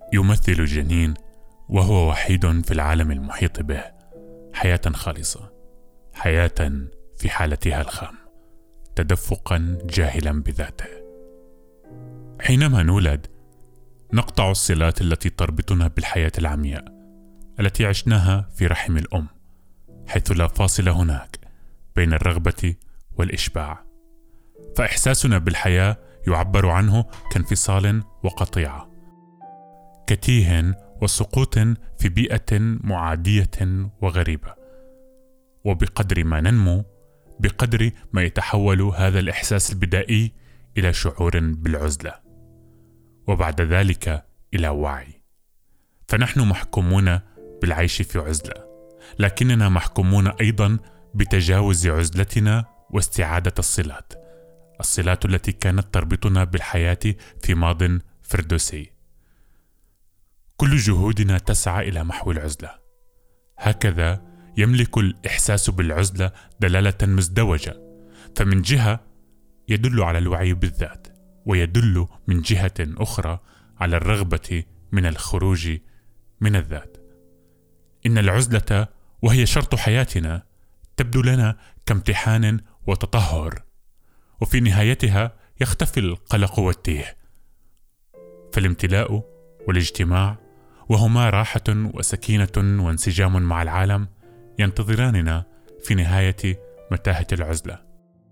يمثل الجنين وهو وحيد في العالم المحيط به حياة خالصة، حياة في حالتها الخام، تدفقا جاهلا بذاته. حينما نولد نقطع الصلات التي تربطنا بالحياة العمياء التي عشناها في رحم الأم، حيث لا فاصل هناك بين الرغبة والإشباع، فإحساسنا بالحياة يعبر عنه كانفصال وقطيعة، كتيه وسقوط في بيئة معادية وغريبة. وبقدر ما ننمو بقدر ما يتحول هذا الإحساس البدائي إلى شعور بالعزلة، وبعد ذلك إلى وعي. فنحن محكومون بالعيش في عزلة، لكننا محكومون أيضا بتجاوز عزلتنا واستعادة الصلات التي كانت تربطنا بالحياة في ماض فردوسي. كل جهودنا تسعى إلى محو العزلة. هكذا يملك الإحساس بالعزلة دلالة مزدوجة، فمن جهة يدل على الوعي بالذات، ويدل من جهة أخرى على الرغبة من الخروج من الذات. إن العزلة وهي شرط حياتنا تبدو لنا كامتحان وتطهر، وفي نهايتها يختفي القلق والتيه، فالامتلاء والاجتماع وهما راحة وسكينة وانسجام مع العالم ينتظراننا في نهاية متاهة العزلة.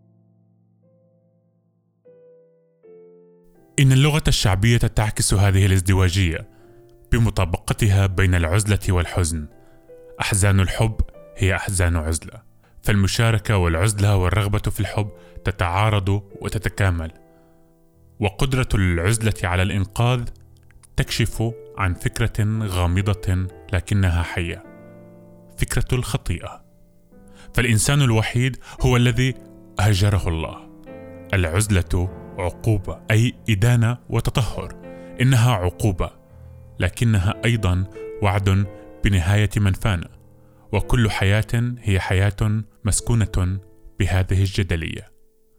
إن اللغة الشعبية تعكس هذه الازدواجية بمطابقتها بين العزلة والحزن. أحزان الحب هي أحزان عزلة، فالمشاركة والعزلة والرغبة في الحب تتعارض وتتكامل. وقدرة العزلة على الإنقاذ تكشف عن فكرة غامضة لكنها حية، فكرة الخطيئة. فالإنسان الوحيد هو الذي هجره الله. العزلة عقوبة، أي إدانة وتطهر. إنها عقوبة، لكنها أيضا وعد بنهاية من فانا، وكل حياة هي حياة مسكونة بهذه الجدلية.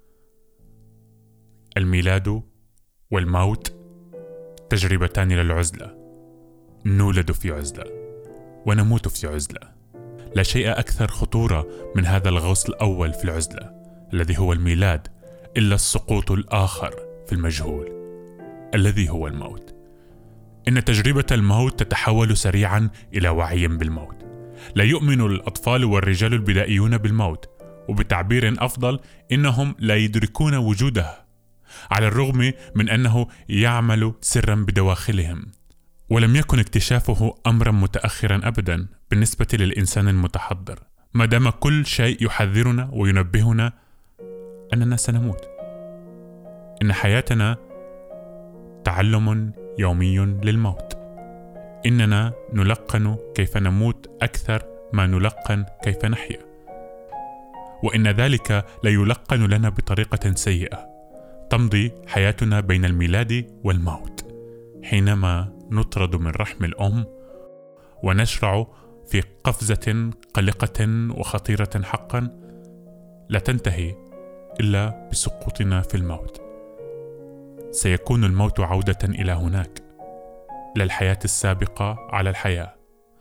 الميلاد والموت تجربتان للعزلة. نولد في عزلة ونموت في عزلة. لا شيء أكثر خطورة من هذا الغوص الأول في العزلة الذي هو الميلاد، إلا السقوط الآخر في المجهول الذي هو الموت. إن تجربة الموت تتحول سريعا إلى وعي بالموت. لا يؤمن الأطفال والرجال البدائيون بالموت، وبتعبير أفضل إنهم لا يدركون وجوده، على الرغم من أنه يعمل سرا بدواخلهم. ولم يكن اكتشافه أمرا متأخرا أبدا بالنسبة للإنسان المتحضر، ما دام كل شيء يحذرنا وينبهنا أننا سنموت. إن حياتنا تعلم يومي للموت. إننا نلقن كيف نموت أكثر ما نلقن كيف نحيا، وإن ذلك لا يلقن لنا بطريقة سيئة. تمضي حياتنا بين الميلاد والموت حينما نطرد من رحم الأم ونشرع في قفزة قلقة وخطيرة حقا لا تنتهي إلا بسقوطنا في الموت. سيكون الموت عودة إلى هناك، للحياة السابقة على الحياة.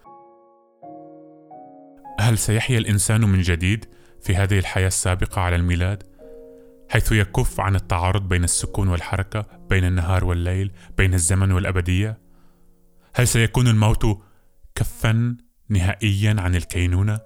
هل سيحيا الإنسان من جديد في هذه الحياة السابقة على الميلاد، حيث يكف عن التعارض بين السكون والحركة، بين النهار والليل، بين الزمن والأبدية؟ هل سيكون الموت كفا نهائيا عن الكينونة؟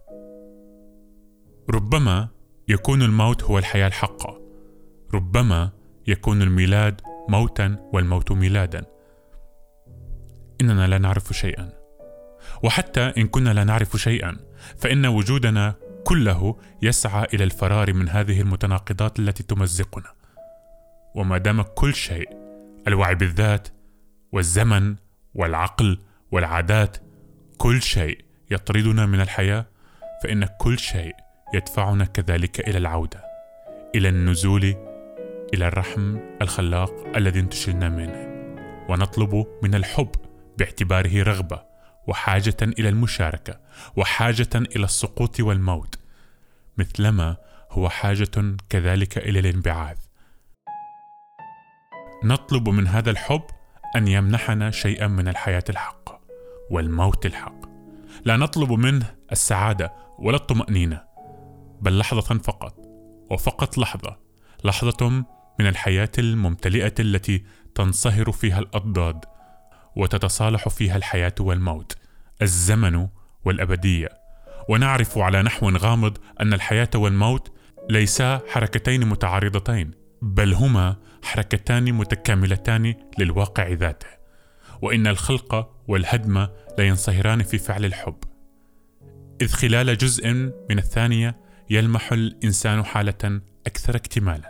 ربما يكون الموت هو الحياة الحقة. ربما يكون الميلاد موتا والموت ميلادا. إننا لا نعرف شيئا، وحتى إن كنا لا نعرف شيئا فإن وجودنا كله يسعى إلى الفرار من هذه المتناقضات التي تمزقنا. وما دام كل شيء، الوعي بالذات والزمن والعقل والعادات، كل شيء يطردنا من الحياة، فإن كل شيء يدفعنا كذلك إلى العودة، إلى النزول إلى الرحم الخلاق الذي انتشلنا منه، ونطلب من الحب باعتباره رغبة وحاجة إلى المشاركة وحاجة إلى السقوط والموت، مثلما هو حاجة كذلك إلى الانبعاث. نطلب من هذا الحب أن يمنحنا شيئا من الحياة الحق والموت الحق. لا نطلب منه السعادة ولا الطمأنينة، بل لحظة فقط، وفقط لحظة من الحياة الممتلئة التي تنصهر فيها الأضداد وتتصالح فيها الحياة والموت، الزمن والأبدية. ونعرف على نحو غامض أن الحياة والموت ليسا حركتين متعارضتين، بل هما حركتان متكاملتان للواقع ذاته، وإن الخلق والهدم لا ينصهران في فعل الحب، إذ خلال جزء من الثانية يلمح الإنسان حالة أكثر اكتمالا.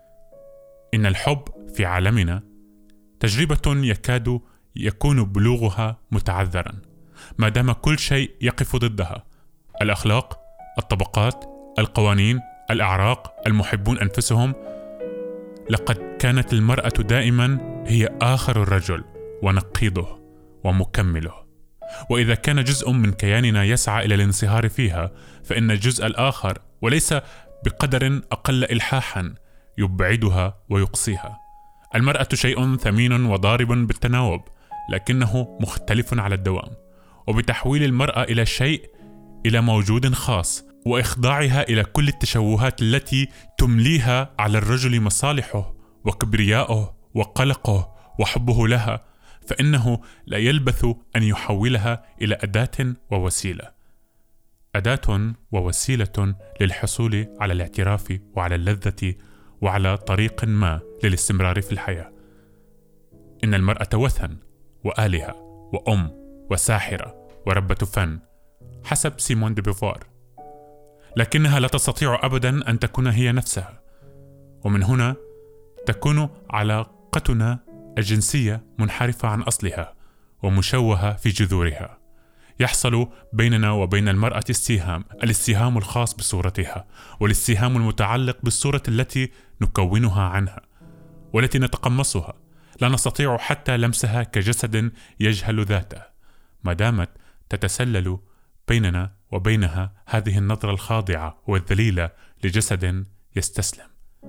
إن الحب في عالمنا تجربة يكاد يكون بلوغها متعذرا، ما دام كل شيء يقف ضدها: الأخلاق، الطبقات، القوانين، الأعراق، المحبون أنفسهم. لقد كانت المرأة دائما هي آخر الرجل ونقيضه ومكمله، وإذا كان جزء من كياننا يسعى إلى الانصهار فيها، فإن الجزء الآخر، وليس بقدر أقل إلحاحا، يبعدها ويقصيها. المرأة شيء ثمين وضارب بالتناوب، لكنه مختلف على الدوام، وبتحويل المرأة إلى شيء، إلى موجود خاص، وإخضاعها إلى كل التشوهات التي تمليها على الرجل مصالحه وكبرياؤه وقلقه وحبه لها، فإنه لا يلبث أن يحولها إلى أداة ووسيلة، أداة ووسيلة للحصول على الاعتراف وعلى اللذة وعلى طريق ما للاستمرار في الحياة. إن المرأة وثن وآلهة وأم وساحرة وربة فن حسب سيمون دي بوفوار، لكنها لا تستطيع أبدا أن تكون هي نفسها. ومن هنا تكون علاقتنا الجنسية منحرفة عن أصلها ومشوهة في جذورها. يحصل بيننا وبين المرأة الاستهام الخاص بصورتها، والاستهام المتعلق بالصورة التي نكونها عنها والتي نتقمصها. لا نستطيع حتى لمسها كجسد يجهل ذاته، ما دامت تتسلل بيننا وبينها هذه النظرة الخاضعة والذليلة لجسد يستسلم.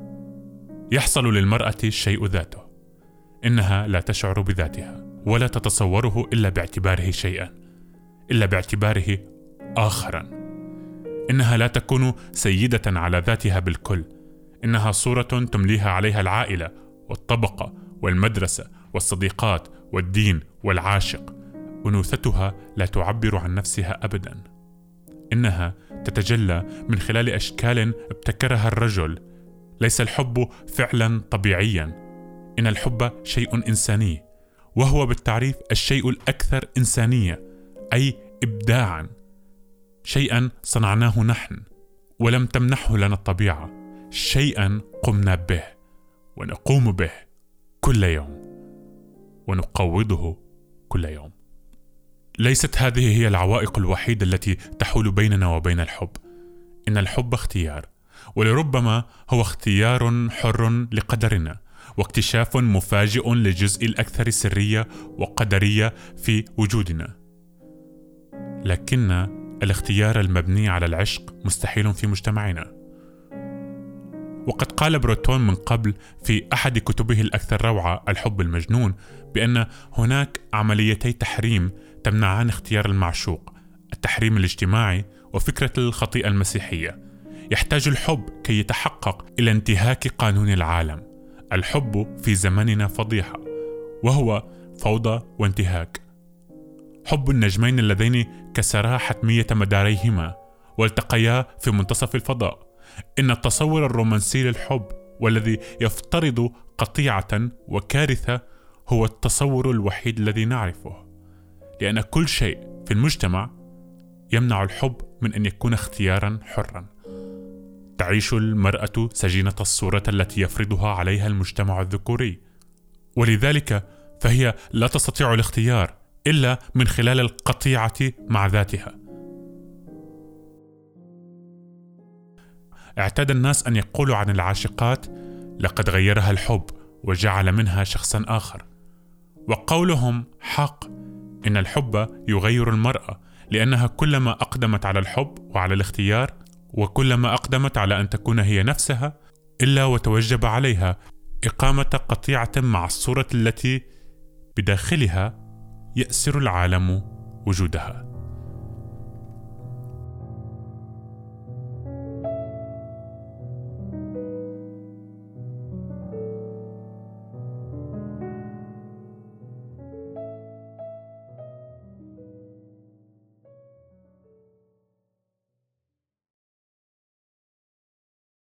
يحصل للمرأة الشيء ذاته، إنها لا تشعر بذاتها ولا تتصوره إلا باعتباره شيئا، إلا باعتباره آخرا. إنها لا تكون سيدة على ذاتها بالكل، إنها صورة تمليها عليها العائلة والطبقة والمدرسة والصديقات والدين والعاشق. أنوثتها لا تعبر عن نفسها أبدا. إنها تتجلى من خلال أشكال ابتكرها الرجل. ليس الحب فعلا طبيعيا، إن الحب شيء إنساني، وهو بالتعريف الشيء الأكثر إنسانية، أي إبداعا، شيئا صنعناه نحن ولم تمنحه لنا الطبيعة، شيئا قمنا به ونقوم به كل يوم ونقوضه كل يوم. ليست هذه هي العوائق الوحيدة التي تحول بيننا وبين الحب. إن الحب اختيار، ولربما هو اختيار حر لقدرنا، واكتشاف مفاجئ للجزء الأكثر سرية وقدرية في وجودنا. لكن الاختيار المبني على العشق مستحيل في مجتمعنا. وقد قال بروتون من قبل في أحد كتبه الأكثر روعة، الحب المجنون، بأن هناك عمليتي تحريم تمنعان اختيار المعشوق: التحريم الاجتماعي وفكرة الخطيئة المسيحية. يحتاج الحب كي يتحقق إلى انتهاك قانون العالم. الحب في زمننا فضيحة، وهو فوضى وانتهاك. حب النجمين اللذين كسرا حتمية مداريهما والتقيا في منتصف الفضاء. إن التصور الرومانسي للحب والذي يفترض قطيعة وكارثة هو التصور الوحيد الذي نعرفه، لأن كل شيء في المجتمع يمنع الحب من أن يكون اختيارا حرا. تعيش المرأة سجينة الصورة التي يفرضها عليها المجتمع الذكوري، ولذلك فهي لا تستطيع الاختيار إلا من خلال القطيعة مع ذاتها. اعتاد الناس أن يقولوا عن العاشقات: لقد غيرها الحب وجعل منها شخصا آخر. وقولهم حق. إن الحب يغير المرأة، لأنها كلما أقدمت على الحب وعلى الاختيار، وكلما أقدمت على أن تكون هي نفسها، إلا وتوجب عليها إقامة قطيعة مع الصورة التي بداخلها يأسر العالم وجودها.